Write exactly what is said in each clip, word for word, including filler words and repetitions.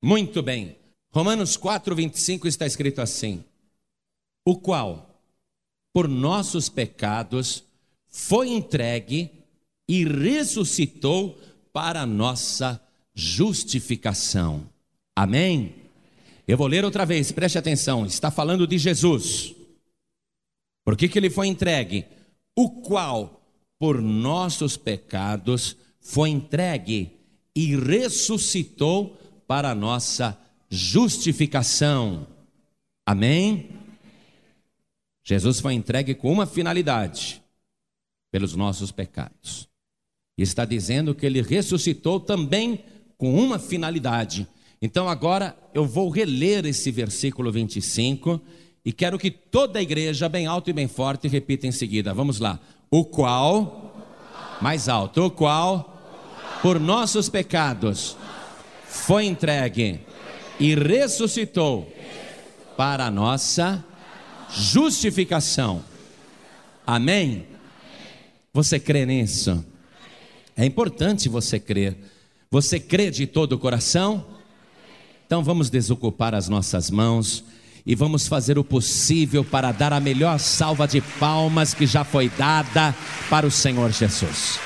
Muito bem. Romanos quatro, vinte e cinco está escrito assim: o qual, por nossos pecados, foi entregue e ressuscitou para a nossa justificação. Amém? Eu vou ler outra vez, preste atenção, está falando de Jesus. Por que que ele foi entregue? O qual, por nossos pecados, foi entregue e ressuscitou para a nossa justificação. Amém? Jesus foi entregue com uma finalidade: pelos nossos pecados. E está dizendo que ele ressuscitou também com uma finalidade. Então agora eu vou reler esse versículo vinte e cinco e quero que toda a igreja, bem alto e bem forte, repita em seguida. Vamos lá. O qual, mais alto, o qual, por nossos pecados, foi entregue e ressuscitou para a nossa justificação. Amém? Você crê nisso? É importante você crer. Você crê de todo o coração? Então vamos desocupar as nossas mãos e vamos fazer o possível para dar a melhor salva de palmas que já foi dada para o Senhor Jesus.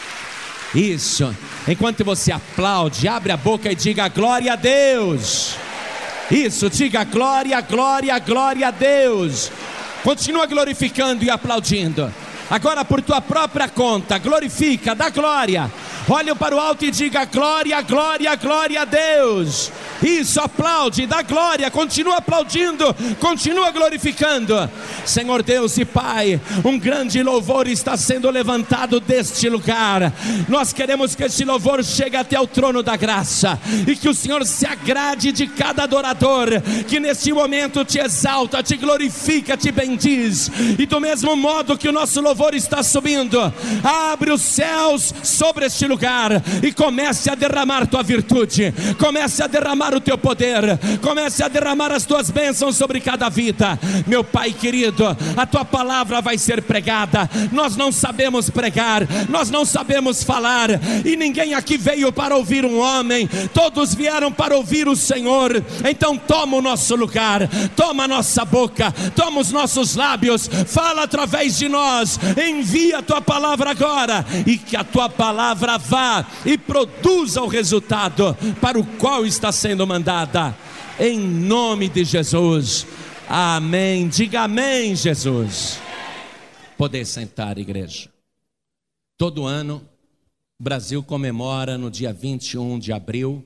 Isso. Enquanto você aplaude, abre a boca e diga glória a Deus. Isso, diga glória, glória, glória a Deus. Continua glorificando e aplaudindo. Agora por tua própria conta, glorifica, dá glória. Olha para o alto e diga glória, glória, glória a Deus. Isso, aplaude, dá glória, continua aplaudindo, continua glorificando. Senhor Deus e Pai, um grande louvor está sendo levantado deste lugar. Nós queremos que este louvor chegue até o trono da graça e que o Senhor se agrade de cada adorador que neste momento te exalta, te glorifica, te bendiz. E do mesmo modo que o nosso louvor está subindo, abre os céus sobre este lugar e comece a derramar tua virtude, comece a derramar o teu poder, comece a derramar as tuas bênçãos sobre cada vida. Meu Pai querido, a tua palavra vai ser pregada. Nós não sabemos pregar, nós não sabemos falar, e ninguém aqui veio para ouvir um homem, todos vieram para ouvir o Senhor. Então toma o nosso lugar, toma a nossa boca, toma os nossos lábios, fala através de nós, envia a tua palavra agora, e que a tua palavra vá e produza o resultado para o qual está sendo mandada, em nome de Jesus. Amém. Diga amém, Jesus. Poder sentar, igreja. Todo ano o Brasil comemora no dia vinte e um de abril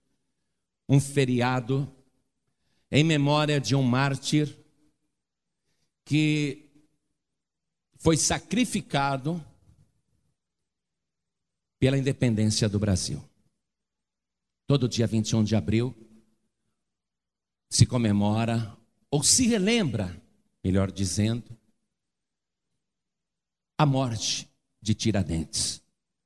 um feriado em memória de um mártir que foi sacrificado pela independência do Brasil. Todo dia vinte e um de abril se comemora, ou se relembra, melhor dizendo, a morte de Tiradentes.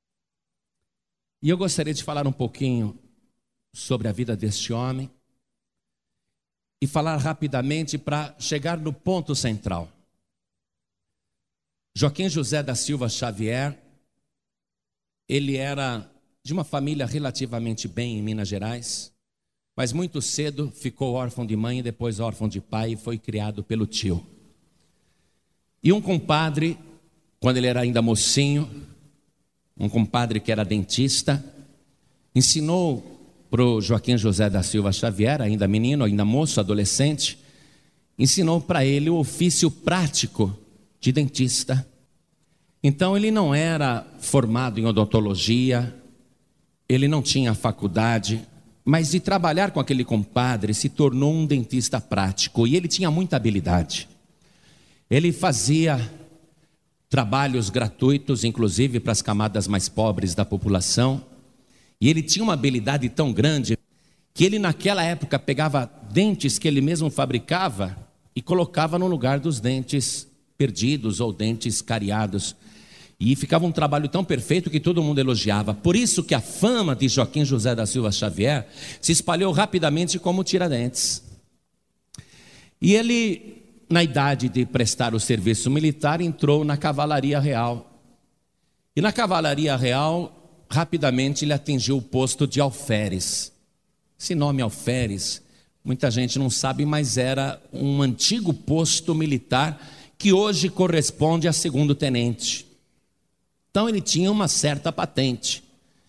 E eu gostaria de falar um pouquinho sobre a vida deste homem e falar rapidamente para chegar no ponto central. Joaquim José da Silva Xavier, ele era de uma família relativamente bem em Minas Gerais, mas muito cedo ficou órfão de mãe e depois órfão de pai e foi criado pelo tio. E um compadre, quando ele era ainda mocinho, um compadre que era dentista, ensinou para o Joaquim José da Silva Xavier, ainda menino, ainda moço, adolescente, ensinou para ele o ofício prático de dentista. Então ele não era formado em odontologia, ele não tinha faculdade, mas de trabalhar com aquele compadre se tornou um dentista prático, e ele tinha muita habilidade. Ele fazia trabalhos gratuitos, inclusive para as camadas mais pobres da população, e ele tinha uma habilidade tão grande que ele naquela época pegava dentes que ele mesmo fabricava e colocava no lugar dos dentes perdidos ou dentes cariados. E ficava um trabalho tão perfeito que todo mundo elogiava. Por isso que a fama de Joaquim José da Silva Xavier se espalhou rapidamente como Tiradentes. E ele, na idade de prestar o serviço militar, entrou na Cavalaria Real. E na Cavalaria Real, rapidamente ele atingiu o posto de alferes. Esse nome alferes, muita gente não sabe, mas era um antigo posto militar que hoje corresponde a segundo tenente. Então ele tinha uma certa patente.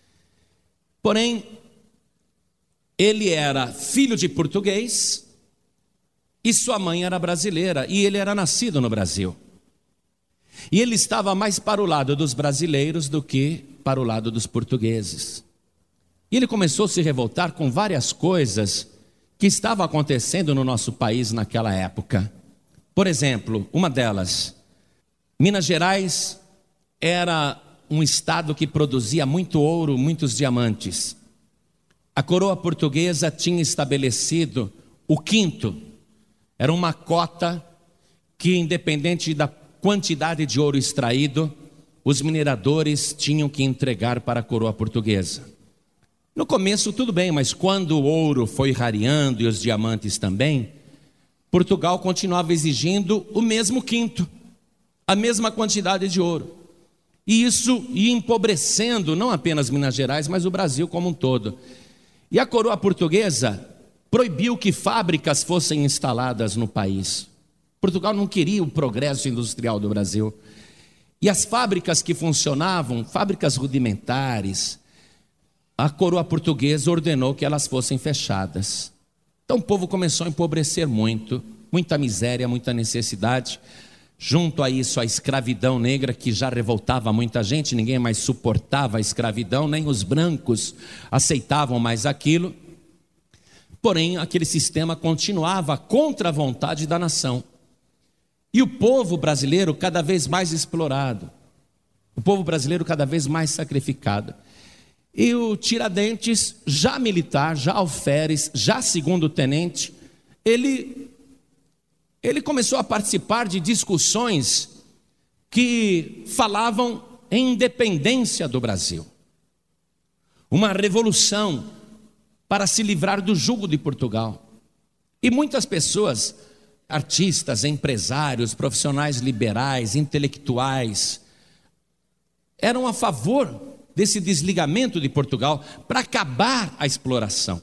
Porém, ele era filho de português e sua mãe era brasileira, e ele era nascido no Brasil. E ele estava mais para o lado dos brasileiros do que para o lado dos portugueses. E ele começou a se revoltar com várias coisas que estavam acontecendo no nosso país naquela época. Por exemplo, uma delas, Minas Gerais era um estado que produzia muito ouro, muitos diamantes. A coroa portuguesa tinha estabelecido o quinto. Era uma cota que, independente da quantidade de ouro extraído, os mineradores tinham que entregar para a coroa portuguesa. No começo tudo bem, mas quando o ouro foi rareando e os diamantes também, Portugal continuava exigindo o mesmo quinto, a mesma quantidade de ouro. E isso ia empobrecendo não apenas Minas Gerais, mas o Brasil como um todo. E a coroa portuguesa proibiu que fábricas fossem instaladas no país. Portugal não queria o progresso industrial do Brasil. E as fábricas que funcionavam, fábricas rudimentares, a coroa portuguesa ordenou que elas fossem fechadas. Então o povo começou a empobrecer muito, muita miséria, muita necessidade. Junto a isso, a escravidão negra, que já revoltava muita gente, ninguém mais suportava a escravidão, nem os brancos aceitavam mais aquilo. Porém, aquele sistema continuava contra a vontade da nação. E o povo brasileiro cada vez mais explorado, o povo brasileiro cada vez mais sacrificado. E o Tiradentes, já militar, já alferes, já segundo tenente, ele, ele começou a participar de discussões que falavam em independência do Brasil. Uma revolução para se livrar do jugo de Portugal. E muitas pessoas, artistas, empresários, profissionais liberais, intelectuais, eram a favor desse desligamento de Portugal para acabar a exploração.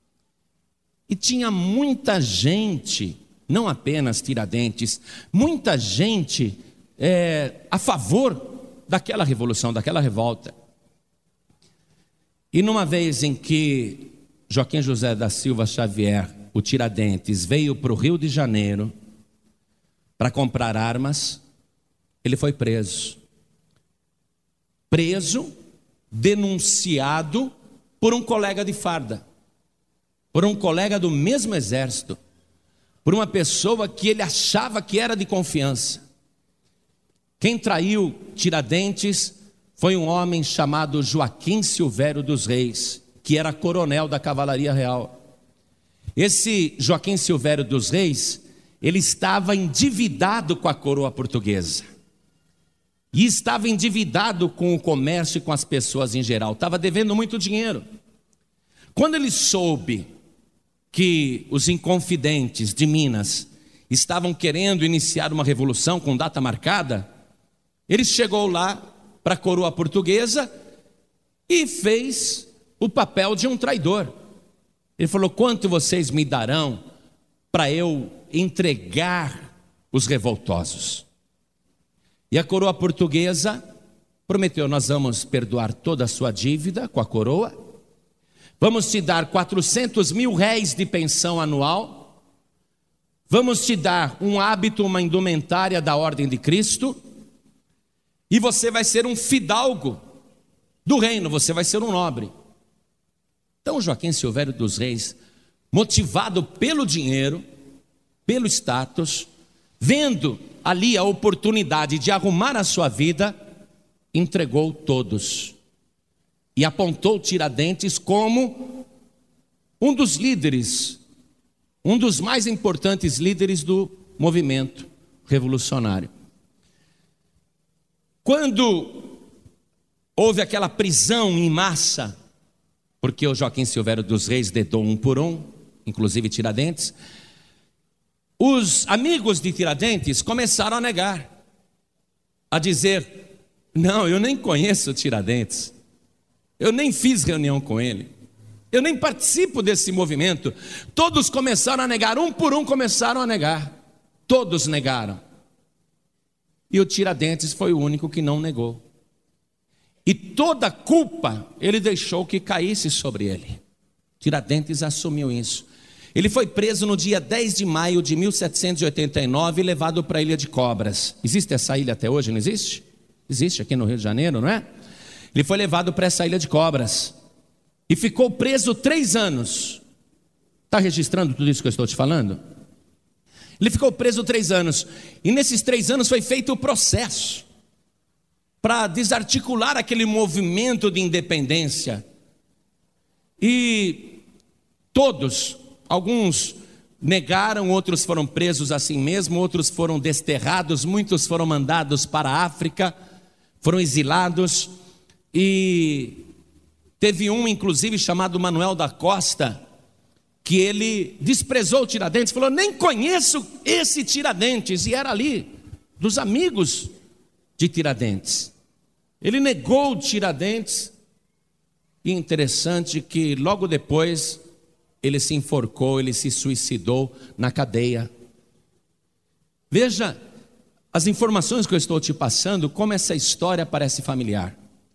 E tinha muita gente, não apenas Tiradentes, muita gente é, a favor daquela revolução, daquela revolta. E numa vez em que Joaquim José da Silva Xavier, o Tiradentes, veio para o Rio de Janeiro para comprar armas, ele foi preso. Preso, denunciado por um colega de farda, por um colega do mesmo exército, por uma pessoa que ele achava que era de confiança. Quem traiu Tiradentes foi um homem chamado Joaquim Silvério dos Reis, que era coronel da Cavalaria Real. Esse Joaquim Silvério dos Reis, ele estava endividado com a coroa portuguesa. E estava endividado com o comércio e com as pessoas em geral. Estava devendo muito dinheiro. Quando ele soube que os inconfidentes de Minas estavam querendo iniciar uma revolução com data marcada, ele chegou lá para a coroa portuguesa e fez o papel de um traidor. Ele falou: quanto vocês me darão para eu entregar os revoltosos? E a coroa portuguesa prometeu: nós vamos perdoar toda a sua dívida com a coroa, vamos te dar quatrocentos mil réis de pensão anual, vamos te dar um hábito, uma indumentária da ordem de Cristo, e você vai ser um fidalgo do reino, você vai ser um nobre. Então Joaquim Silvério dos Reis, motivado pelo dinheiro, pelo status, vendo ali a oportunidade de arrumar a sua vida, entregou todos e apontou Tiradentes como um dos líderes, um dos mais importantes líderes do movimento revolucionário. Quando houve aquela prisão em massa, porque o Joaquim Silvério dos Reis dedou um por um, inclusive Tiradentes, os amigos de Tiradentes começaram a negar, a dizer: não, eu nem conheço Tiradentes, eu nem fiz reunião com ele, Eu nem participo desse movimento. Todos começaram a negar, um por um começaram a negar. Todos negaram. E o Tiradentes foi o único que não negou. E toda a culpa ele deixou que caísse sobre ele. Tiradentes assumiu isso. Ele foi preso no dia dez de maio de mil setecentos e oitenta e nove e levado para a Ilha de Cobras. Existe essa ilha até hoje, não existe? Existe aqui no Rio de Janeiro, não é? Ele foi levado para essa Ilha de Cobras e ficou preso três anos. Está registrando tudo isso que eu estou te falando? Ele ficou preso três anos. E nesses três anos foi feito o processo para desarticular aquele movimento de independência. E todos, alguns negaram, outros foram presos assim mesmo, outros foram desterrados, muitos foram mandados para a África, foram exilados. E teve um, inclusive, chamado Manuel da Costa, que ele desprezou o Tiradentes, falou: nem conheço esse Tiradentes, e era ali, dos amigos de Tiradentes. Ele negou o Tiradentes, e interessante que logo depois ele se enforcou, ele se suicidou na cadeia. Veja as informações que eu estou te passando, como essa história parece familiar.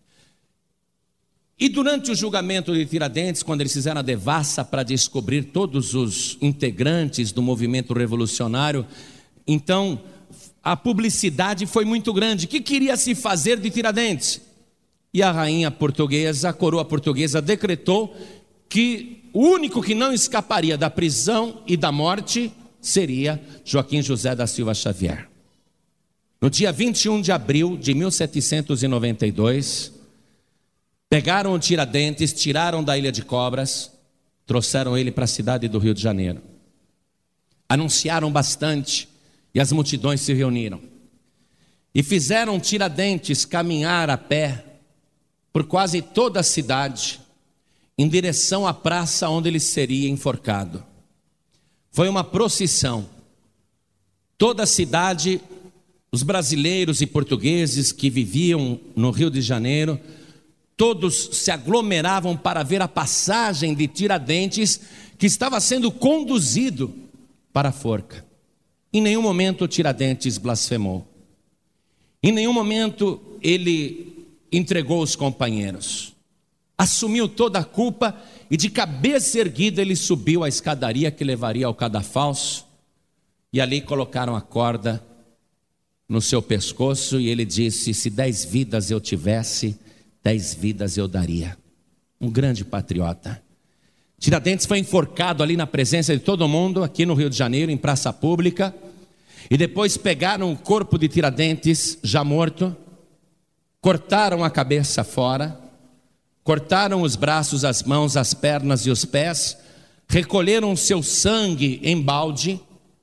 E durante o julgamento de Tiradentes, quando eles fizeram a devassa para descobrir todos os integrantes do movimento revolucionário, então a publicidade foi muito grande. O que queria se fazer de Tiradentes? E a rainha portuguesa, a coroa portuguesa, decretou que o único que não escaparia da prisão e da morte seria Joaquim José da Silva Xavier. No dia vinte e um de abril de mil setecentos e noventa e dois, pegaram o Tiradentes, tiraram da Ilha de Cobras, trouxeram ele para a cidade do Rio de Janeiro. Anunciaram bastante e as multidões se reuniram. E fizeram Tiradentes caminhar a pé por quase toda a cidade, em direção à praça onde ele seria enforcado. Foi uma procissão. Toda a cidade, os brasileiros e portugueses que viviam no Rio de Janeiro, todos se aglomeravam para ver a passagem de Tiradentes, que estava sendo conduzido para a forca. Em nenhum momento Tiradentes blasfemou. Em nenhum momento ele entregou os companheiros. Assumiu toda a culpa e de cabeça erguida ele subiu a escadaria que levaria ao cadafalso. E ali colocaram a corda no seu pescoço e ele disse: se dez vidas eu tivesse, dez vidas eu daria. Um grande patriota. Tiradentes foi enforcado ali na presença de todo mundo, aqui no Rio de Janeiro, em praça pública. E depois pegaram o corpo de Tiradentes, já morto, cortaram a cabeça fora, cortaram os braços, as mãos, as pernas e os pés, recolheram o seu sangue em balde,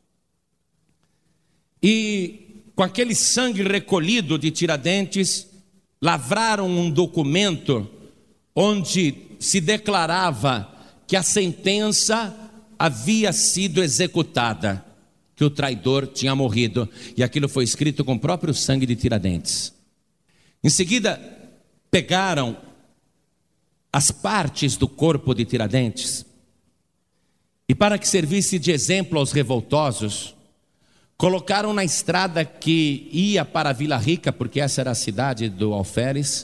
e com aquele sangue recolhido de Tiradentes, lavraram um documento onde se declarava que a sentença havia sido executada, que o traidor tinha morrido, e aquilo foi escrito com o próprio sangue de Tiradentes. Em seguida, pegaram as partes do corpo de Tiradentes, e para que servisse de exemplo aos revoltosos, colocaram na estrada que ia para a Vila Rica, porque essa era a cidade do alferes,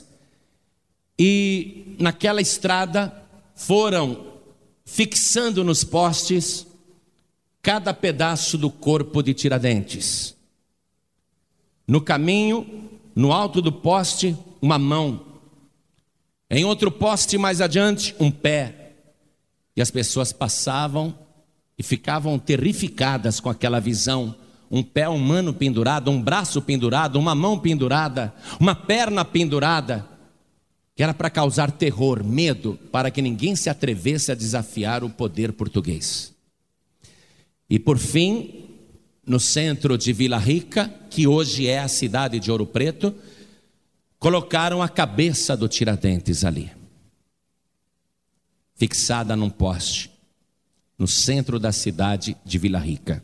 e naquela estrada foram fixando nos postes cada pedaço do corpo de Tiradentes. No caminho, no alto do poste, uma mão. Em outro poste mais adiante, um pé. E as pessoas passavam e ficavam terrificadas com aquela visão. Um pé humano pendurado, um braço pendurado, uma mão pendurada, uma perna pendurada, que era para causar terror, medo, para que ninguém se atrevesse a desafiar o poder português. E por fim, no centro de Vila Rica, que hoje é a cidade de Ouro Preto, colocaram a cabeça do Tiradentes ali, fixada num poste, no centro da cidade de Vila Rica.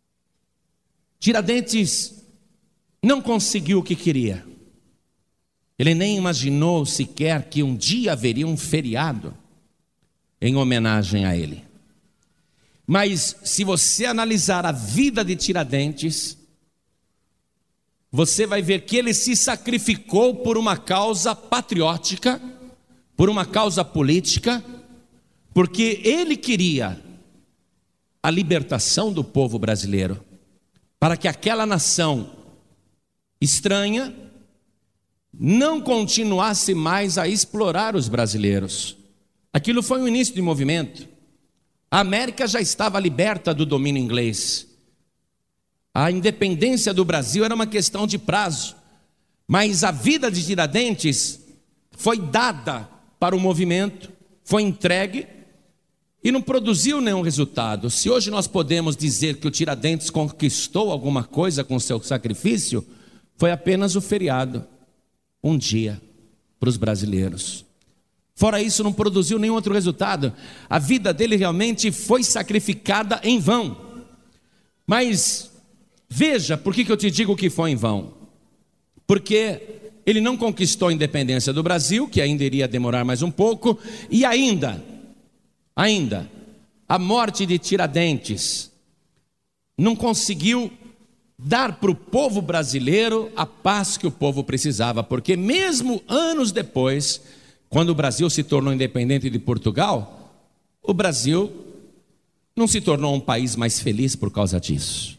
Tiradentes não conseguiu o que queria. Ele nem imaginou sequer que um dia haveria um feriado em homenagem a ele. Mas se você analisar a vida de Tiradentes, você vai ver que ele se sacrificou por uma causa patriótica, por uma causa política, porque ele queria a libertação do povo brasileiro, para que aquela nação estranha não continuasse mais a explorar os brasileiros. Aquilo foi o início do movimento. A América já estava liberta do domínio inglês. A independência do Brasil era uma questão de prazo, mas a vida de Tiradentes foi dada para o movimento, foi entregue e não produziu nenhum resultado. Se hoje nós podemos dizer que o Tiradentes conquistou alguma coisa com seu sacrifício, foi apenas o feriado, um dia para os brasileiros. Fora isso, não produziu nenhum outro resultado. A vida dele realmente foi sacrificada em vão. Mas veja, por que que eu te digo que foi em vão? Porque ele não conquistou a independência do Brasil, que ainda iria demorar mais um pouco, e ainda, ainda, a morte de Tiradentes não conseguiu dar para o povo brasileiro a paz que o povo precisava, porque mesmo anos depois, quando o Brasil se tornou independente de Portugal, o Brasil não se tornou um país mais feliz por causa disso.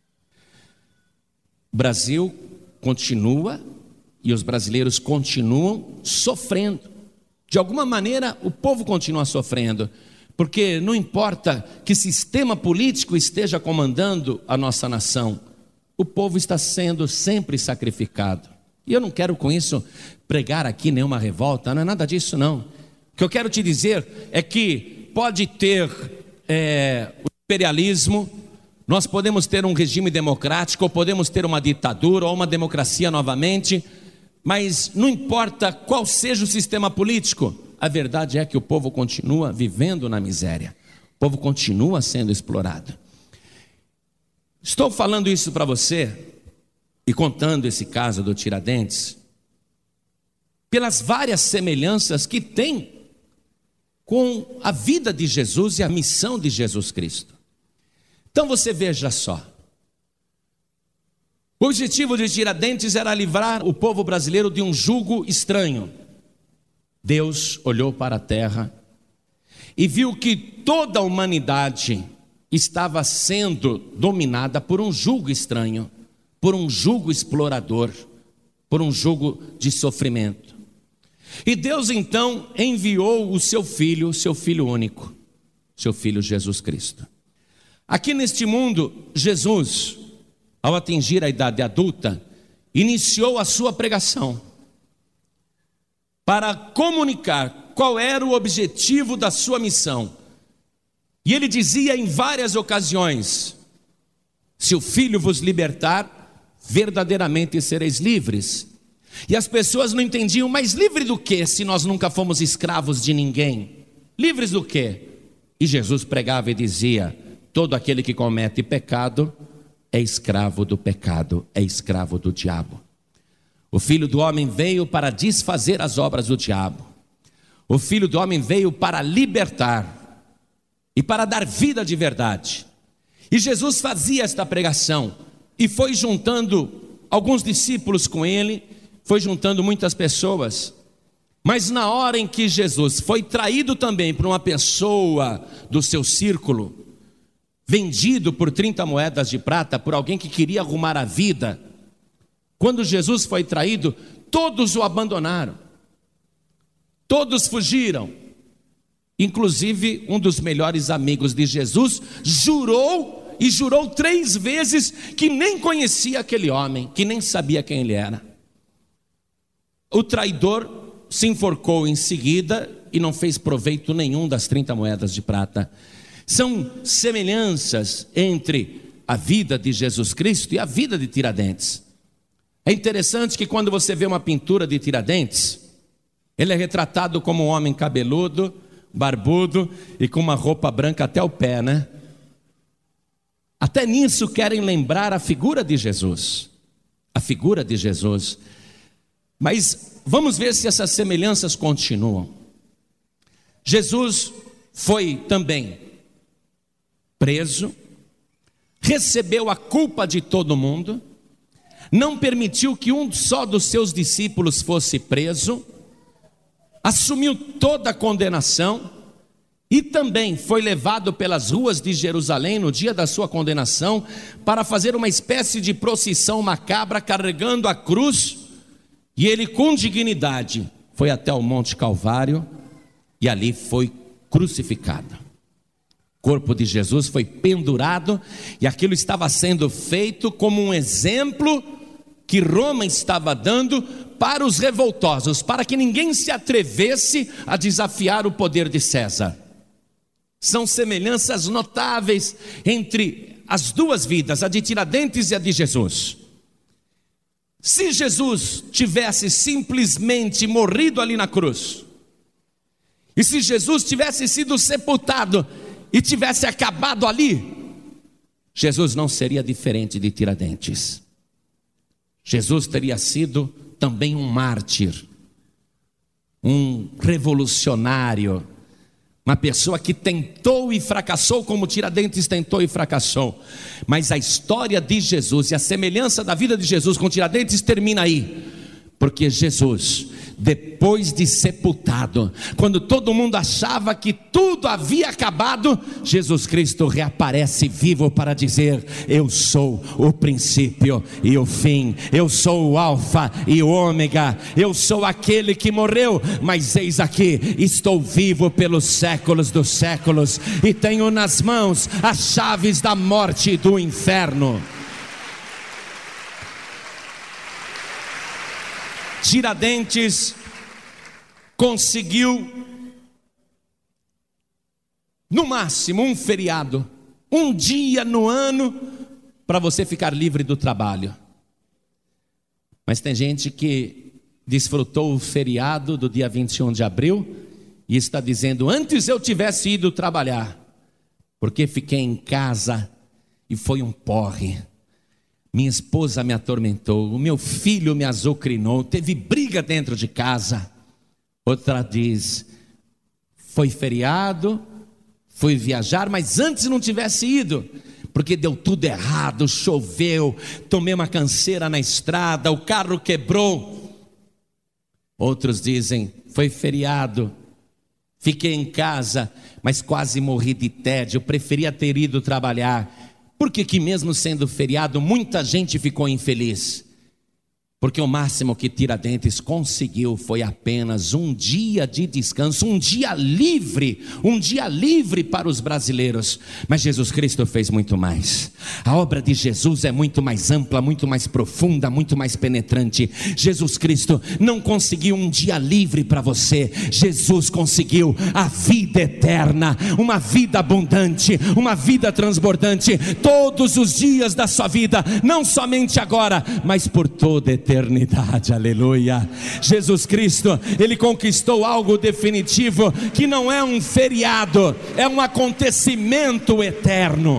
O Brasil continua e os brasileiros continuam sofrendo. De alguma maneira, o povo continua sofrendo, porque não importa que sistema político esteja comandando a nossa nação, o povo está sendo sempre sacrificado. E eu não quero com isso pregar aqui nenhuma revolta, não é nada disso não. O que eu quero te dizer é que pode ter é, o imperialismo, nós podemos ter um regime democrático, ou podemos ter uma ditadura, ou uma democracia novamente, mas não importa qual seja o sistema político, a verdade é que o povo continua vivendo na miséria, o povo continua sendo explorado. Estou falando isso para você e contando esse caso do Tiradentes, pelas várias semelhanças que tem com a vida de Jesus e a missão de Jesus Cristo. Então você veja só, o objetivo de Tiradentes era livrar o povo brasileiro de um jugo estranho. Deus olhou para a terra e viu que toda a humanidade estava sendo dominada por um jugo estranho, por um jugo explorador, por um jugo de sofrimento. E Deus então enviou o seu filho, seu filho único, seu filho Jesus Cristo. Aqui neste mundo, Jesus, ao atingir a idade adulta, iniciou a sua pregação para comunicar qual era o objetivo da sua missão. E ele dizia em várias ocasiões: se o Filho vos libertar, verdadeiramente sereis livres. E as pessoas não entendiam, mas livre do que, se nós nunca fomos escravos de ninguém? Livres do que? E Jesus pregava e dizia: todo aquele que comete pecado é escravo do pecado, é escravo do diabo. O Filho do homem veio para desfazer as obras do diabo. O Filho do homem veio para libertar e para dar vida de verdade. E Jesus fazia esta pregação e foi juntando alguns discípulos com ele, foi juntando muitas pessoas. Mas na hora em que Jesus foi traído também por uma pessoa do seu círculo, vendido por trinta moedas de prata por alguém que queria arrumar a vida, quando Jesus foi traído, todos o abandonaram, todos fugiram. Inclusive um dos melhores amigos de Jesus jurou e jurou três vezes que nem conhecia aquele homem, que nem sabia quem ele era. O traidor se enforcou em seguida e não fez proveito nenhum das trinta moedas de prata. São semelhanças entre a vida de Jesus Cristo e a vida de Tiradentes. É interessante que quando você vê uma pintura de Tiradentes, ele é retratado como um homem cabeludo, barbudo e com uma roupa branca até o pé, né? Até nisso querem lembrar a figura de Jesus. A figura de Jesus. Mas vamos ver se essas semelhanças continuam. Jesus foi também preso, recebeu a culpa de todo mundo, não permitiu que um só dos seus discípulos fosse preso, assumiu toda a condenação e também foi levado pelas ruas de Jerusalém no dia da sua condenação para fazer uma espécie de procissão macabra carregando a cruz, e ele com dignidade foi até o Monte Calvário e ali foi crucificado. O corpo de Jesus foi pendurado e aquilo estava sendo feito como um exemplo que Roma estava dando para os revoltosos, para que ninguém se atrevesse a desafiar o poder de César. São semelhanças notáveis entre as duas vidas, a de Tiradentes e a de Jesus. Se Jesus tivesse simplesmente morrido ali na cruz, e se Jesus tivesse sido sepultado e tivesse acabado ali, Jesus não seria diferente de Tiradentes. Jesus teria sido também um mártir, um revolucionário, uma pessoa que tentou e fracassou como Tiradentes tentou e fracassou. Mas a história de Jesus e a semelhança da vida de Jesus com Tiradentes termina aí. Porque Jesus, depois de sepultado, quando todo mundo achava que tudo havia acabado, Jesus Cristo reaparece vivo para dizer: eu sou o princípio e o fim, eu sou o alfa e o ômega, eu sou aquele que morreu, mas eis aqui, estou vivo pelos séculos dos séculos, e tenho nas mãos as chaves da morte e do inferno. Tiradentes conseguiu, no máximo, um feriado, um dia no ano, para você ficar livre do trabalho. Mas tem gente que desfrutou o feriado do dia vinte e um de abril e está dizendo: antes eu tivesse ido trabalhar, porque fiquei em casa e foi um porre. Minha esposa me atormentou, o meu filho me azucrinou, teve briga dentro de casa. Outra diz: foi feriado, fui viajar, mas antes não tivesse ido, porque deu tudo errado, choveu, tomei uma canseira na estrada, o carro quebrou. Outros dizem: foi feriado, fiquei em casa, mas quase morri de tédio, preferia ter ido trabalhar. Por que que mesmo sendo feriado muita gente ficou infeliz? Porque o máximo que Tiradentes conseguiu foi apenas um dia de descanso, um dia livre, um dia livre para os brasileiros. Mas Jesus Cristo fez muito mais. A obra de Jesus é muito mais ampla, muito mais profunda, muito mais penetrante. Jesus Cristo não conseguiu um dia livre para você. Jesus conseguiu a vida eterna, uma vida abundante, uma vida transbordante, todos os dias da sua vida, não somente agora, mas por toda a eternidade. Eternidade, aleluia. Jesus Cristo, Ele conquistou algo definitivo, que não é um feriado, é um acontecimento eterno.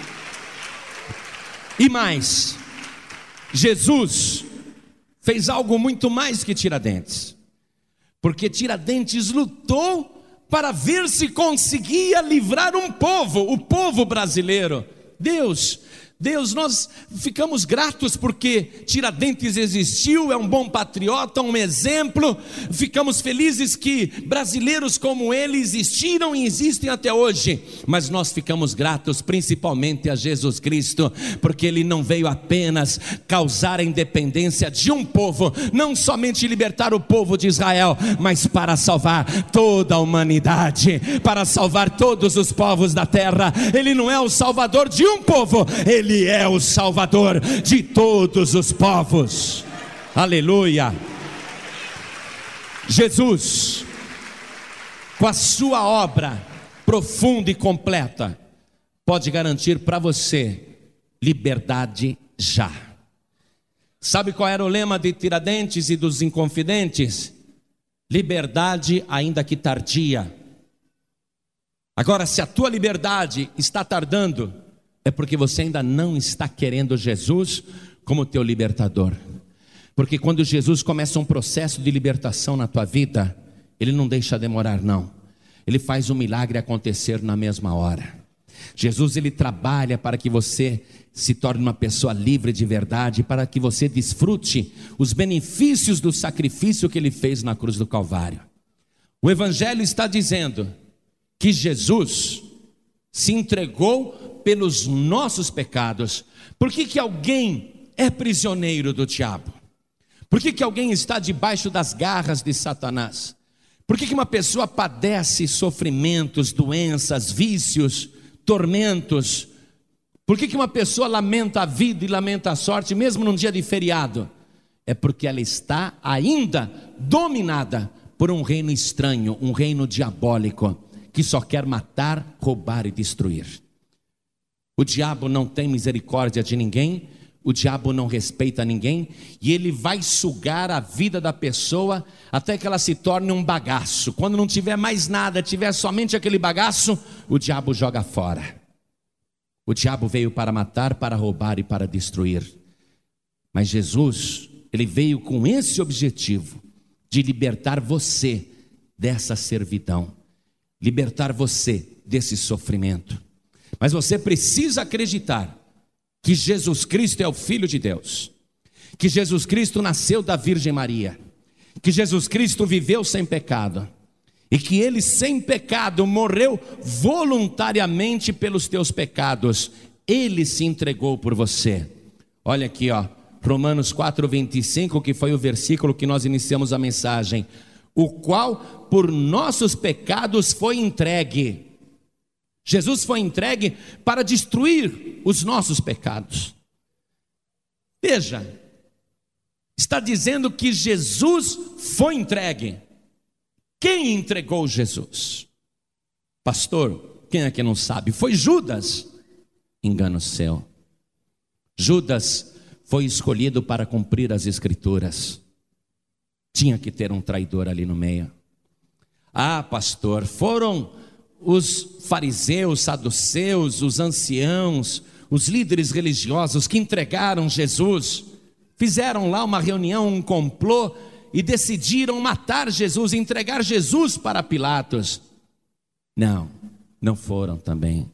E mais, Jesus fez algo muito mais que Tiradentes, porque Tiradentes lutou para ver se conseguia livrar um povo, o povo brasileiro. Deus Deus, nós ficamos gratos porque Tiradentes existiu, é um bom patriota, um exemplo. Ficamos felizes que brasileiros como ele existiram e existem até hoje. Mas nós ficamos gratos principalmente a Jesus Cristo, porque Ele não veio apenas causar a independência de um povo, não somente libertar o povo de Israel, mas para salvar toda a humanidade, para salvar todos os povos da terra. Ele não é o salvador de um povo, Ele Ele é o Salvador de todos os povos. Aleluia. Jesus, com a sua obra profunda e completa, pode garantir para você liberdade já. Sabe qual era o lema de Tiradentes e dos Inconfidentes? Liberdade ainda que tardia. Agora, se a tua liberdade está tardando, é porque você ainda não está querendo Jesus como teu libertador. Porque quando Jesus começa um processo de libertação na tua vida, Ele não deixa demorar não. Ele faz o milagre acontecer na mesma hora. Jesus, Ele trabalha para que você se torne uma pessoa livre de verdade, para que você desfrute os benefícios do sacrifício que Ele fez na cruz do Calvário. O Evangelho está dizendo que Jesus se entregou pelos nossos pecados. Por que que alguém é prisioneiro do diabo? Por que que alguém está debaixo das garras de Satanás? Por que que uma pessoa padece sofrimentos, doenças, vícios, tormentos? Por que que uma pessoa lamenta a vida e lamenta a sorte, mesmo num dia de feriado? É porque ela está ainda dominada por um reino estranho, um reino diabólico, que só quer matar, roubar e destruir. O diabo não tem misericórdia de ninguém, o diabo não respeita ninguém, e ele vai sugar a vida da pessoa até que ela se torne um bagaço. Quando não tiver mais nada, tiver somente aquele bagaço, o diabo joga fora. O diabo veio para matar, para roubar e para destruir. Mas Jesus, Ele veio com esse objetivo, de libertar você dessa servidão, libertar você desse sofrimento. Mas você precisa acreditar que Jesus Cristo é o Filho de Deus, que Jesus Cristo nasceu da Virgem Maria, que Jesus Cristo viveu sem pecado, e que Ele sem pecado morreu voluntariamente pelos teus pecados. Ele se entregou por você. Olha aqui, ó, Romanos quatro, vinte e cinco, que foi o versículo que nós iniciamos a mensagem. O qual por nossos pecados foi entregue. Jesus foi entregue para destruir os nossos pecados. Veja, está dizendo que Jesus foi entregue. Quem entregou Jesus? Pastor, quem é que não sabe? Foi Judas. Engano seu. Judas foi escolhido para cumprir as escrituras. Tinha que ter um traidor ali no meio. Ah, pastor, foram os fariseus, saduceus, os anciãos, os líderes religiosos que entregaram Jesus, fizeram lá uma reunião, um complô, e decidiram matar Jesus, entregar Jesus para Pilatos. Não, não foram também.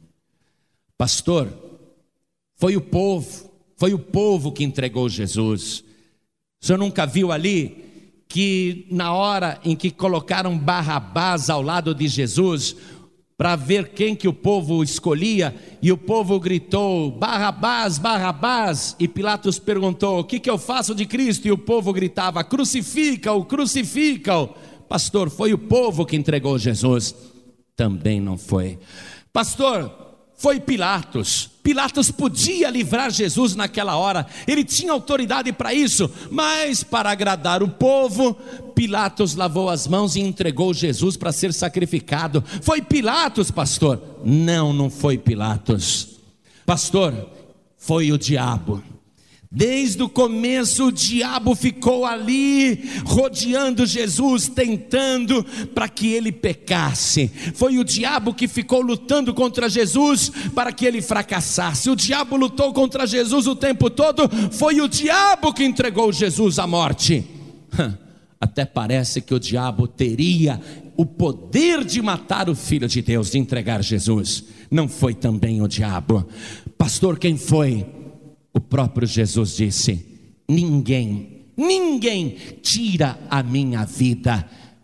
Pastor, foi o povo, foi o povo que entregou Jesus. O senhor nunca viu ali que na hora em que colocaram Barrabás ao lado de Jesus, para ver quem que o povo escolhia, e o povo gritou, Barrabás, Barrabás, e Pilatos perguntou, o que que eu faço de Cristo? E o povo gritava, crucifica-o, crucifica-o. Pastor, foi o povo que entregou Jesus? Também não foi. Pastor, foi Pilatos. Pilatos podia livrar Jesus naquela hora, ele tinha autoridade para isso, mas para agradar o povo, Pilatos lavou as mãos e entregou Jesus para ser sacrificado. Foi Pilatos, pastor? Não, não foi Pilatos. Pastor, foi o diabo. Desde o começo o diabo ficou ali rodeando Jesus, tentando para que ele pecasse. Foi o diabo que ficou lutando contra Jesus para que ele fracassasse. O diabo lutou contra Jesus o tempo todo. Foi o diabo que entregou Jesus à morte. Até parece que o diabo teria o poder de matar o Filho de Deus, de entregar Jesus. Não foi também o diabo. Pastor, quem foi? O próprio Jesus disse, ninguém, ninguém tira a minha vida,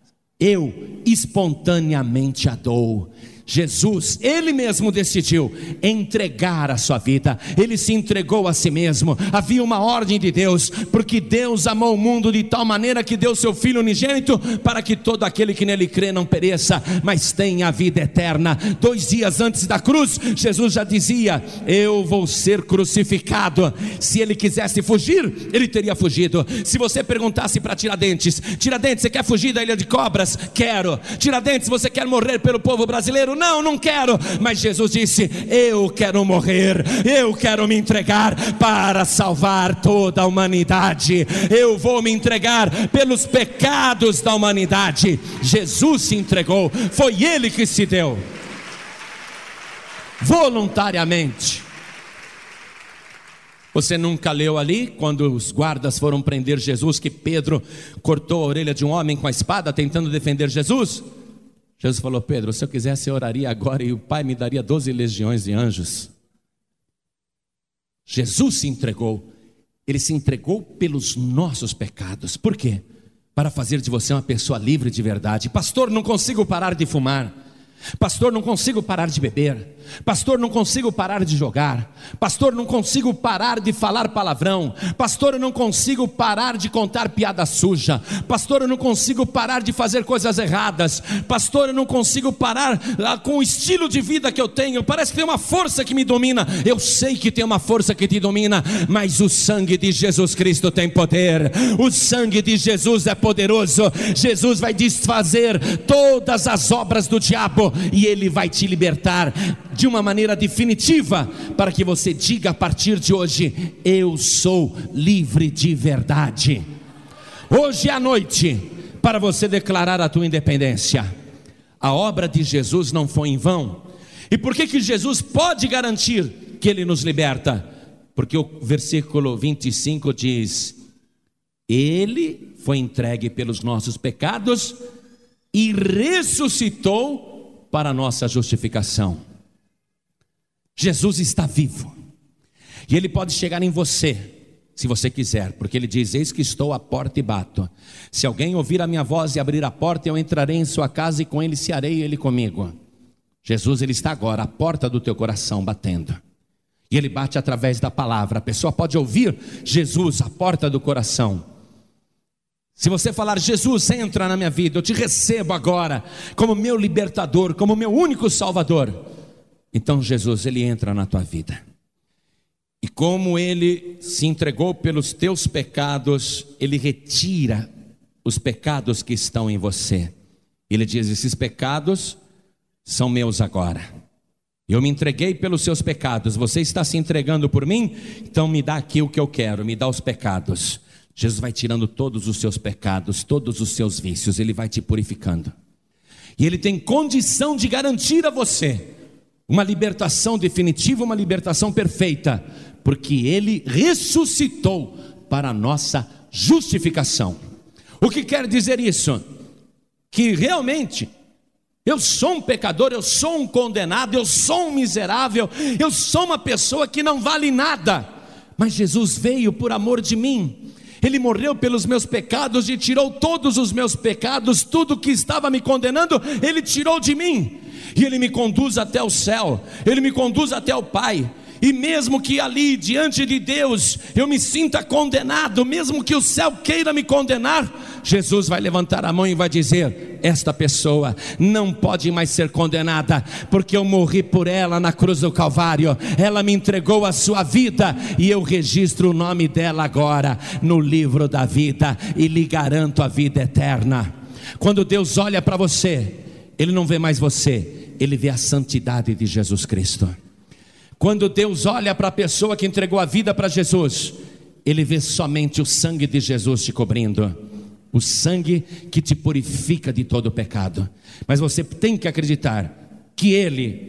eu espontaneamente a dou. Jesus, Ele mesmo decidiu entregar a sua vida, Ele se entregou a si mesmo. Havia uma ordem de Deus, porque Deus amou o mundo de tal maneira que deu seu Filho unigênito, para que todo aquele que nele crê não pereça, mas tenha a vida eterna. Dois dias antes da cruz, Jesus já dizia, eu vou ser crucificado. Se Ele quisesse fugir, Ele teria fugido. Se você perguntasse para Tiradentes, Tiradentes, você quer fugir da ilha de cobras? Quero. Tiradentes, você quer morrer pelo povo brasileiro? Não, não quero. Mas Jesus disse, eu quero morrer, eu quero me entregar para salvar toda a humanidade. Eu vou me entregar pelos pecados da humanidade. Jesus se entregou, foi Ele que se deu voluntariamente. Você nunca leu ali, quando os guardas foram prender Jesus, que Pedro cortou a orelha de um homem com a espada, tentando defender Jesus? Jesus falou: Pedro, se eu quisesse eu oraria agora e o Pai me daria doze legiões de anjos. Jesus se entregou, Ele se entregou pelos nossos pecados. Por quê? Para fazer de você uma pessoa livre de verdade. Pastor, não consigo parar de fumar. Pastor, não consigo parar de beber. Pastor, não consigo parar de jogar. Pastor, não consigo parar de falar palavrão. Pastor, eu não consigo parar de contar piada suja. Pastor, eu não consigo parar de fazer coisas erradas. Pastor, eu não consigo parar ah, com o estilo de vida que eu tenho. Parece que tem uma força que me domina. Eu sei que tem uma força que te domina, mas o sangue de Jesus Cristo tem poder. O sangue de Jesus é poderoso. Jesus vai desfazer todas as obras do diabo e Ele vai te libertar de uma maneira definitiva, para que você diga a partir de hoje: eu sou livre de verdade. Hoje à noite, para você declarar a tua independência. A obra de Jesus não foi em vão. E por que que Jesus pode garantir que Ele nos liberta? Porque o versículo vinte e cinco diz: Ele foi entregue pelos nossos pecados e ressuscitou para a nossa justificação. Jesus está vivo, e Ele pode chegar em você, se você quiser, porque Ele diz: eis que estou à porta e bato. Se alguém ouvir a minha voz e abrir a porta, eu entrarei em sua casa e com ele cearei, ele comigo. Jesus, Ele está agora à porta do teu coração batendo, e Ele bate através da palavra. A pessoa pode ouvir Jesus à porta do coração. Se você falar: Jesus, entra na minha vida, eu te recebo agora como meu libertador, como meu único salvador, então Jesus, Ele entra na tua vida. E como Ele se entregou pelos teus pecados, Ele retira os pecados que estão em você. Ele diz: esses pecados são meus agora. Eu me entreguei pelos seus pecados, você está se entregando por mim? Então me dá aqui o que eu quero, me dá os pecados. Jesus vai tirando todos os seus pecados, todos os seus vícios, Ele vai te purificando. E Ele tem condição de garantir a você uma libertação definitiva, uma libertação perfeita, porque Ele ressuscitou para a nossa justificação. O que quer dizer isso? Que realmente eu sou um pecador, eu sou um condenado, eu sou um miserável, eu sou uma pessoa que não vale nada, mas Jesus veio por amor de mim. Ele morreu pelos meus pecados e tirou todos os meus pecados, tudo que estava me condenando, Ele tirou de mim. E Ele me conduz até o céu, Ele me conduz até o Pai. E mesmo que ali diante de Deus eu me sinta condenado, mesmo que o céu queira me condenar, Jesus vai levantar a mão e vai dizer: esta pessoa não pode mais ser condenada, porque eu morri por ela na cruz do Calvário, ela me entregou a sua vida, e eu registro o nome dela agora no livro da vida, e lhe garanto a vida eterna. Quando Deus olha para você, Ele não vê mais você, Ele vê a santidade de Jesus Cristo. Quando Deus olha para a pessoa que entregou a vida para Jesus, Ele vê somente o sangue de Jesus te cobrindo, o sangue que te purifica de todo o pecado. Mas você tem que acreditar que Ele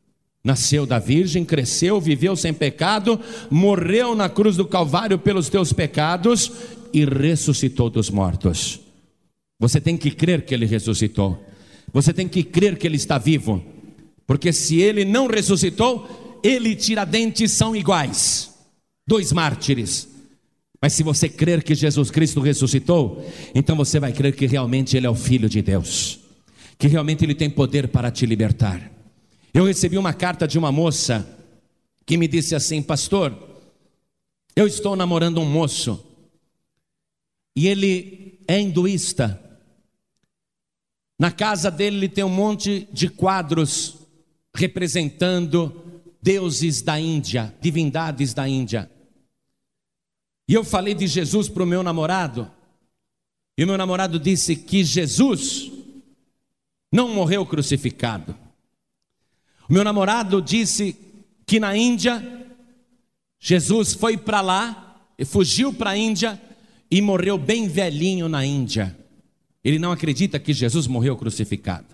nasceu da virgem, cresceu, viveu sem pecado, morreu na cruz do Calvário pelos teus pecados e ressuscitou dos mortos. Você tem que crer que Ele ressuscitou, você tem que crer que Ele está vivo, porque se Ele não ressuscitou, Ele e Tiradentes são iguais, dois mártires. Mas se você crer que Jesus Cristo ressuscitou, então você vai crer que realmente Ele é o Filho de Deus, que realmente Ele tem poder para te libertar. Eu recebi uma carta de uma moça que me disse assim: pastor, eu estou namorando um moço, e ele é hinduísta. Na casa dele ele tem um monte de quadros representando deuses da Índia, divindades da Índia. E eu falei de Jesus para o meu namorado, e o meu namorado disse que Jesus não morreu crucificado. O meu namorado disse que na Índia, Jesus foi para lá, e fugiu para a Índia, e morreu bem velhinho na Índia. Ele não acredita que Jesus morreu crucificado.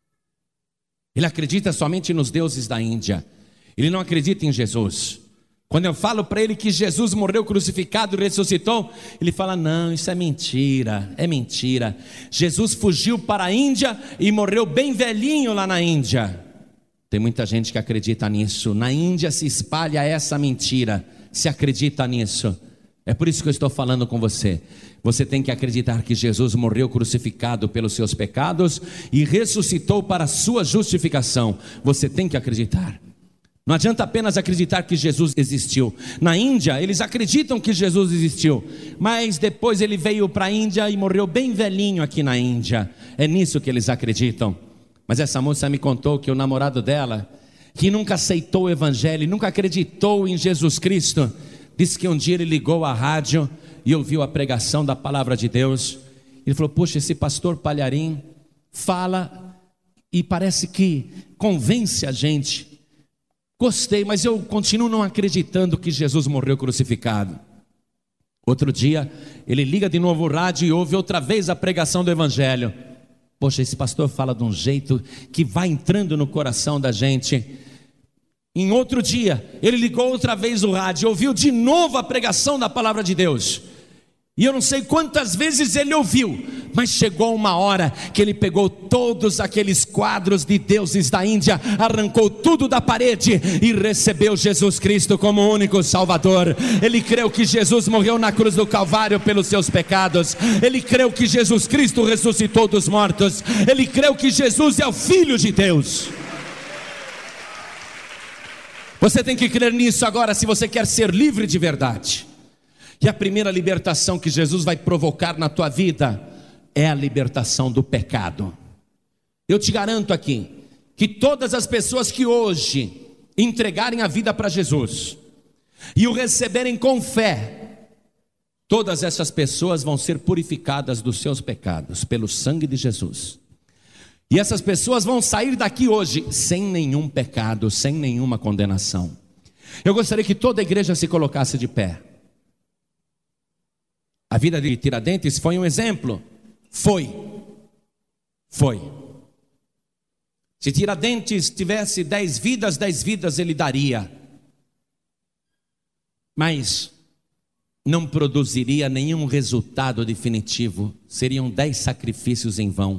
Ele acredita somente nos deuses da Índia. Ele não acredita em Jesus. Quando eu falo para ele que Jesus morreu crucificado e ressuscitou, ele fala: não, isso é mentira, é mentira. Jesus fugiu para a Índia e morreu bem velhinho lá na Índia. Tem muita gente que acredita nisso. Na Índia se espalha essa mentira, se acredita nisso. É por isso que eu estou falando com você. Você tem que acreditar que Jesus morreu crucificado pelos seus pecados e ressuscitou para a sua justificação. Você tem que acreditar. Não adianta apenas acreditar que Jesus existiu. Na Índia, eles acreditam que Jesus existiu, mas depois ele veio para a Índia e morreu bem velhinho aqui na Índia. É nisso que eles acreditam. Mas essa moça me contou que o namorado dela, que nunca aceitou o evangelho, nunca acreditou em Jesus Cristo, disse que um dia ele ligou à rádio e ouviu a pregação da palavra de Deus. Ele falou: poxa, esse pastor Palharim fala e parece que convence a gente. Gostei, mas eu continuo não acreditando que Jesus morreu crucificado. Outro dia, ele liga de novo o rádio e ouve outra vez a pregação do evangelho. Poxa, esse pastor fala de um jeito que vai entrando no coração da gente. Em outro dia, ele ligou outra vez o rádio, ouviu de novo a pregação da palavra de Deus. E eu não sei quantas vezes ele ouviu, mas chegou uma hora que ele pegou todos aqueles quadros de deuses da Índia, arrancou tudo da parede e recebeu Jesus Cristo como o único Salvador. Ele creu que Jesus morreu na cruz do Calvário pelos seus pecados. Ele creu que Jesus Cristo ressuscitou dos mortos. Ele creu que Jesus é o Filho de Deus. Você tem que crer nisso agora se você quer ser livre de verdade. E a primeira libertação que Jesus vai provocar na tua vida é a libertação do pecado. Eu te garanto aqui que todas as pessoas que hoje entregarem a vida para Jesus e o receberem com fé, todas essas pessoas vão ser purificadas dos seus pecados pelo sangue de Jesus. E essas pessoas vão sair daqui hoje sem nenhum pecado, sem nenhuma condenação. Eu gostaria que toda a igreja se colocasse de pé. A vida de Tiradentes foi um exemplo. Foi. Foi. Se Tiradentes tivesse dez vidas, dez vidas ele daria. Mas não produziria nenhum resultado definitivo. Seriam dez sacrifícios em vão.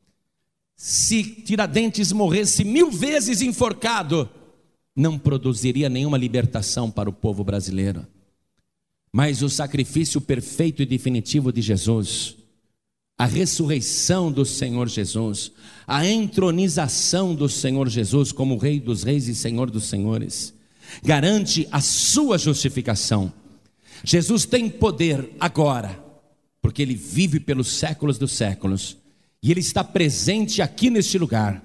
Se Tiradentes morresse mil vezes enforcado, não produziria nenhuma libertação para o povo brasileiro. Mas o sacrifício perfeito e definitivo de Jesus, a ressurreição do Senhor Jesus, a entronização do Senhor Jesus como Rei dos Reis e Senhor dos Senhores, garante a sua justificação. Jesus tem poder agora, porque Ele vive pelos séculos dos séculos, e Ele está presente aqui neste lugar.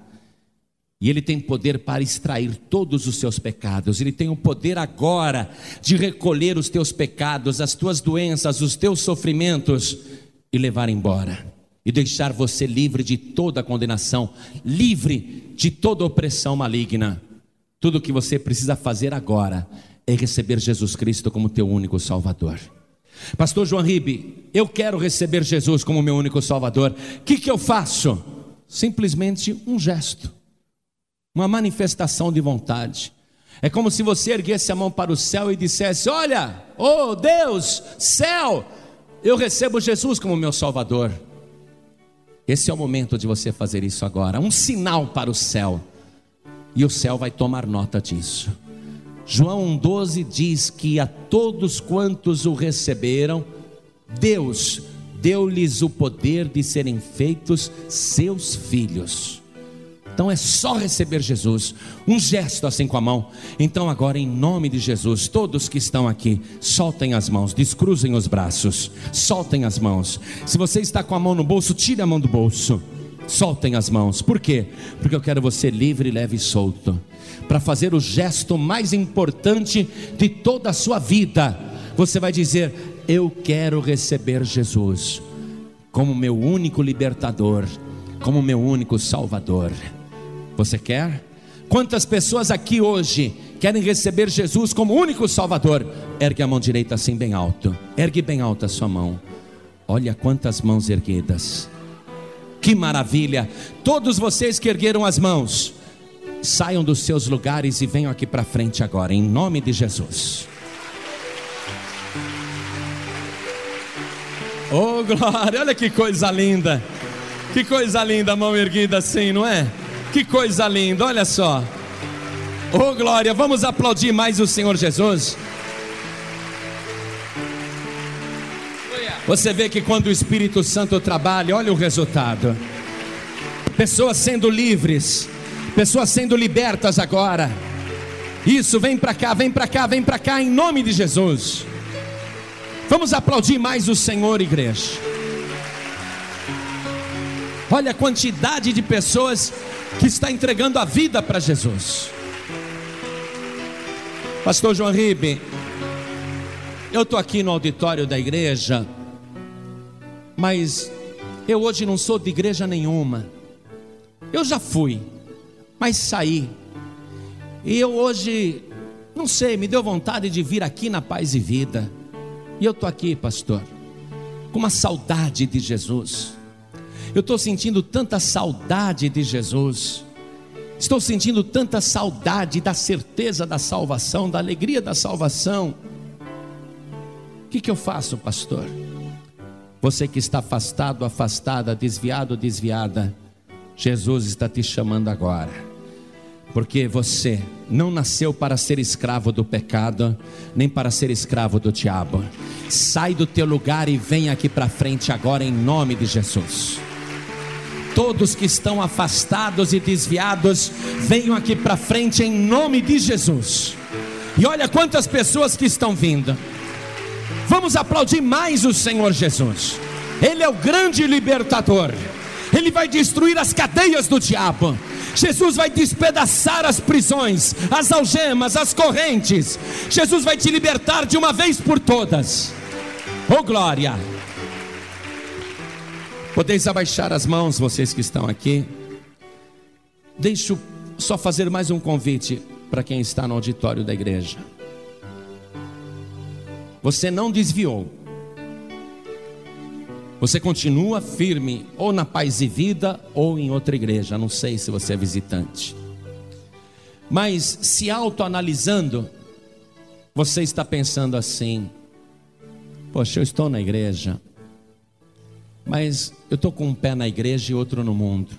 E Ele tem poder para extrair todos os seus pecados. Ele tem o poder agora de recolher os teus pecados, as tuas doenças, os teus sofrimentos e levar embora. E deixar você livre de toda condenação, livre de toda opressão maligna. Tudo o que você precisa fazer agora é receber Jesus Cristo como teu único Salvador. Pastor João Ribe, eu quero receber Jesus como meu único Salvador. O que, que eu faço? Simplesmente um gesto. Uma manifestação de vontade. É como se você erguesse a mão para o céu e dissesse: olha, oh Deus, céu, eu recebo Jesus como meu Salvador. Esse é o momento de você fazer isso agora. Um sinal para o céu. E o céu vai tomar nota disso. João um doze diz que a todos quantos o receberam, Deus deu-lhes o poder de serem feitos seus filhos. Então é só receber Jesus, um gesto assim com a mão. Então agora, em nome de Jesus, todos que estão aqui, soltem as mãos, descruzem os braços, soltem as mãos. Se você está com a mão no bolso, tire a mão do bolso, soltem as mãos. Por quê? Porque eu quero você livre, leve e solto, para fazer o gesto mais importante de toda a sua vida. Você vai dizer: eu quero receber Jesus como meu único libertador, como meu único Salvador. Você quer? Quantas pessoas aqui hoje querem receber Jesus como único Salvador? Ergue a mão direita assim bem alto. Ergue bem alta a sua mão. Olha quantas mãos erguidas. Que maravilha. Todos vocês que ergueram as mãos, saiam dos seus lugares e venham aqui para frente agora, em nome de Jesus. Oh, glória, olha que coisa linda. Que coisa linda, mão erguida assim, não é? Que coisa linda, olha só. Oh, glória, vamos aplaudir mais o Senhor Jesus. Você vê que quando o Espírito Santo trabalha, olha o resultado. Pessoas sendo livres, pessoas sendo libertas agora. Isso, vem para cá, vem para cá, vem para cá, em nome de Jesus. Vamos aplaudir mais o Senhor, igreja. Olha a quantidade de pessoas que está entregando a vida para Jesus. Pastor João Ribe, eu estou aqui no auditório da igreja, mas eu hoje não sou de igreja nenhuma. Eu já fui, mas saí. E eu hoje, não sei, me deu vontade de vir aqui na Paz e Vida. E eu estou aqui, pastor, com uma saudade de Jesus. Eu estou sentindo tanta saudade de Jesus. Estou sentindo tanta saudade da certeza da salvação, da alegria da salvação. O que, que eu faço, pastor? Você que está afastado, afastada, desviado, desviada, Jesus está te chamando agora. Porque você não nasceu para ser escravo do pecado, nem para ser escravo do diabo. Sai do teu lugar e vem aqui para frente agora em nome de Jesus. Todos que estão afastados e desviados, venham aqui para frente em nome de Jesus. E olha quantas pessoas que estão vindo. Vamos aplaudir mais o Senhor Jesus. Ele é o grande libertador. Ele vai destruir as cadeias do diabo. Jesus vai despedaçar as prisões, as algemas, as correntes. Jesus vai te libertar de uma vez por todas. Oh, glória! Podeis abaixar as mãos, vocês que estão aqui. Deixa eu só fazer mais um convite para quem está no auditório da igreja. Você não desviou. Você continua firme, ou na Paz e Vida, ou em outra igreja. Não sei se você é visitante. Mas se autoanalisando, você está pensando assim: poxa, eu estou na igreja, mas eu estou com um pé na igreja e outro no mundo.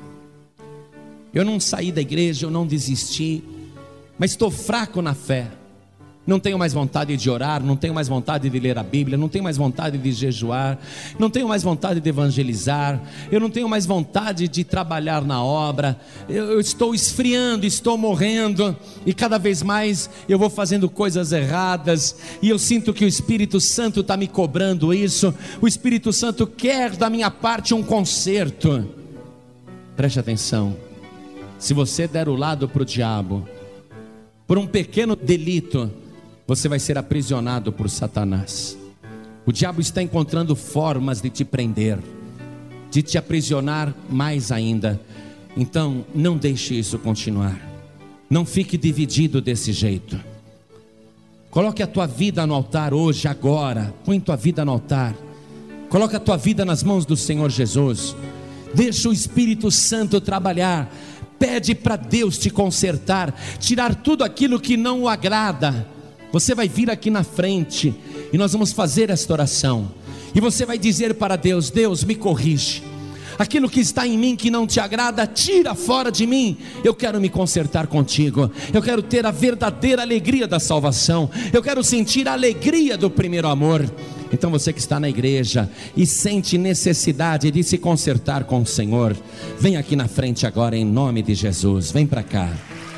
Eu não saí da igreja, eu não desisti, mas estou fraco na fé. Não tenho mais vontade de orar, não tenho mais vontade de ler a Bíblia, não tenho mais vontade de jejuar, não tenho mais vontade de evangelizar, eu não tenho mais vontade de trabalhar na obra. Eu, eu estou esfriando, estou morrendo, e cada vez mais eu vou fazendo coisas erradas, e eu sinto que o Espírito Santo está me cobrando isso. O Espírito Santo quer da minha parte um conserto. Preste atenção: se você der o lado para o diabo, por um pequeno delito, você vai ser aprisionado por Satanás. O diabo está encontrando formas de te prender, de te aprisionar mais ainda. Então não deixe isso continuar. Não fique dividido desse jeito. Coloque a tua vida no altar hoje, agora. Põe tua vida no altar. Coloque a tua vida nas mãos do Senhor Jesus. Deixa o Espírito Santo trabalhar. Pede para Deus te consertar, tirar tudo aquilo que não o agrada. Você vai vir aqui na frente e nós vamos fazer esta oração. E você vai dizer para Deus: Deus, me corrige. Aquilo que está em mim que não te agrada, tira fora de mim. Eu quero me consertar contigo. Eu quero ter a verdadeira alegria da salvação. Eu quero sentir a alegria do primeiro amor. Então você que está na igreja e sente necessidade de se consertar com o Senhor, vem aqui na frente agora em nome de Jesus. Vem para cá.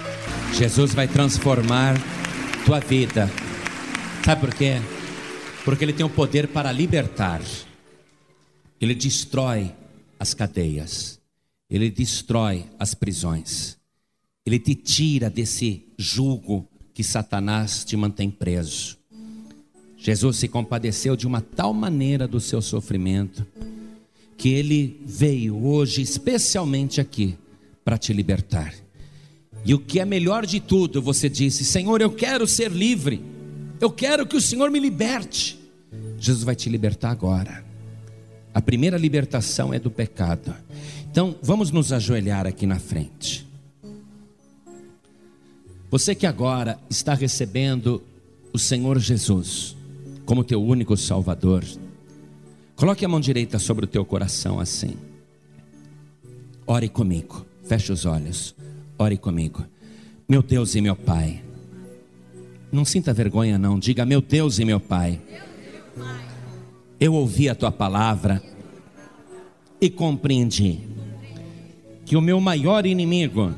Jesus vai transformar tua vida. Sabe por quê? Porque Ele tem o poder para libertar. Ele destrói as cadeias. Ele destrói as prisões. Ele te tira desse jugo que Satanás te mantém preso. Jesus se compadeceu de uma tal maneira do seu sofrimento, que Ele veio hoje especialmente aqui para te libertar. E o que é melhor de tudo, você disse: Senhor, eu quero ser livre, eu quero que o Senhor me liberte. Jesus vai te libertar agora. A primeira libertação é do pecado. Então vamos nos ajoelhar aqui na frente. Você que agora está recebendo o Senhor Jesus como teu único Salvador, Coloque a mão direita sobre o teu coração assim. Ore comigo. Feche os olhos. Ore comigo. Meu Deus e meu Pai. Não sinta vergonha não. Diga: meu Deus e meu Pai. Eu ouvi a tua palavra e compreendi que o meu maior inimigo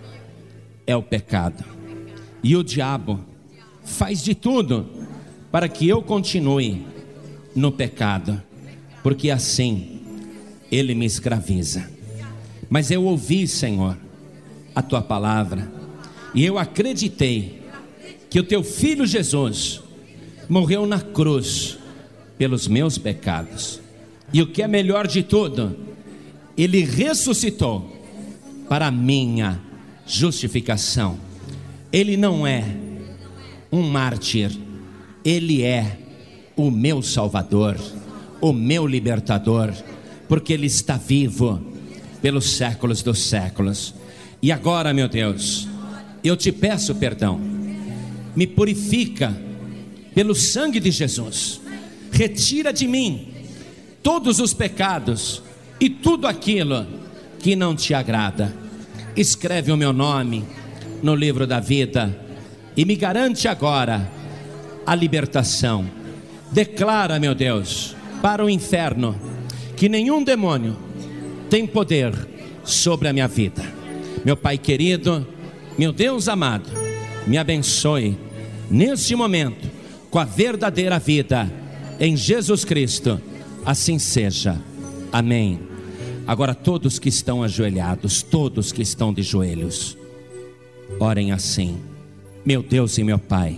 é o pecado. E o diabo faz de tudo para que eu continue no pecado, porque assim ele me escraviza. Mas eu ouvi, Senhor, a tua palavra, e eu acreditei que o teu filho Jesus morreu na cruz pelos meus pecados, e o que é melhor de tudo, ele ressuscitou para a minha justificação. Ele não é um mártir, ele é o meu Salvador, o meu libertador, porque ele está vivo pelos séculos dos séculos. E agora, meu Deus, eu te peço perdão, me purifica pelo sangue de Jesus, retira de mim todos os pecados e tudo aquilo que não te agrada. Escreve o meu nome no livro da vida e me garante agora a libertação. Declara, meu Deus, para o inferno que nenhum demônio tem poder sobre a minha vida. Meu Pai querido, meu Deus amado, me abençoe neste momento com a verdadeira vida em Jesus Cristo. Assim seja. Amém. Agora todos que estão ajoelhados, todos que estão de joelhos, orem assim: meu Deus e meu Pai,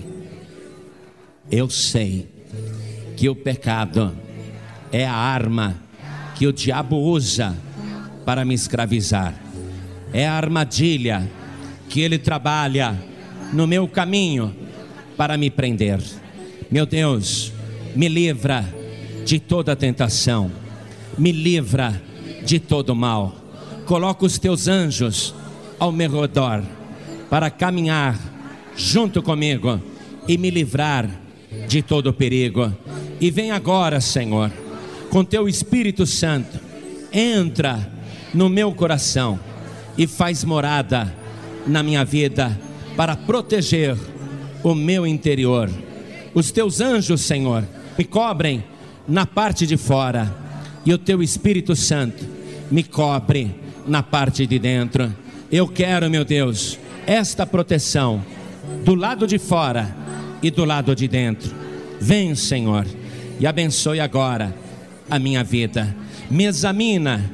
eu sei que o pecado é a arma que o diabo usa para me escravizar, é a armadilha que ele trabalha no meu caminho para me prender. Meu Deus, me livra de toda tentação, me livra de todo mal. Coloca os teus anjos ao meu redor para caminhar junto comigo e me livrar de todo perigo. E vem agora, Senhor, com teu Espírito Santo, entra no meu coração e faz morada na minha vida para proteger o meu interior. Os teus anjos, Senhor, me cobrem na parte de fora, e o teu Espírito Santo me cobre na parte de dentro. Eu quero, meu Deus, esta proteção do lado de fora e do lado de dentro. Vem, Senhor, e abençoe agora a minha vida. Me examina,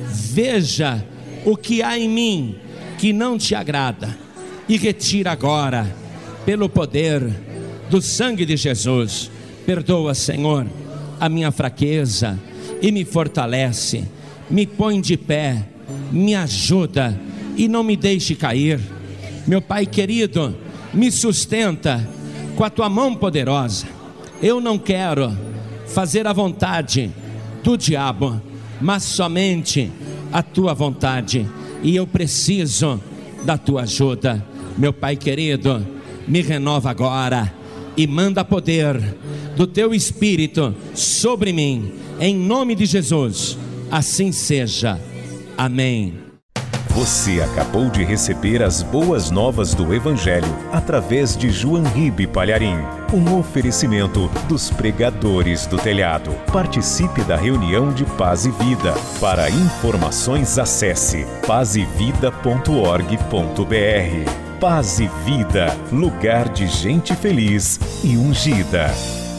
veja o que há em mim que não te agrada e retira agora pelo poder do sangue de Jesus. Perdoa, Senhor, a minha fraqueza e me fortalece, me põe de pé, me ajuda e não me deixe cair. Meu Pai querido, me sustenta com a tua mão poderosa. Eu não quero fazer a vontade do diabo, mas somente a tua vontade, e eu preciso da tua ajuda. Meu Pai querido, me renova agora e manda poder do teu Espírito sobre mim, em nome de Jesus. Assim seja. Amém. Você acabou de receber as boas novas do Evangelho através de João Ribe Palharim, um oferecimento dos pregadores do telhado. Participe da reunião de Paz e Vida. Para informações, acesse paz e vida ponto org ponto br. Paz e Vida, lugar de gente feliz e ungida.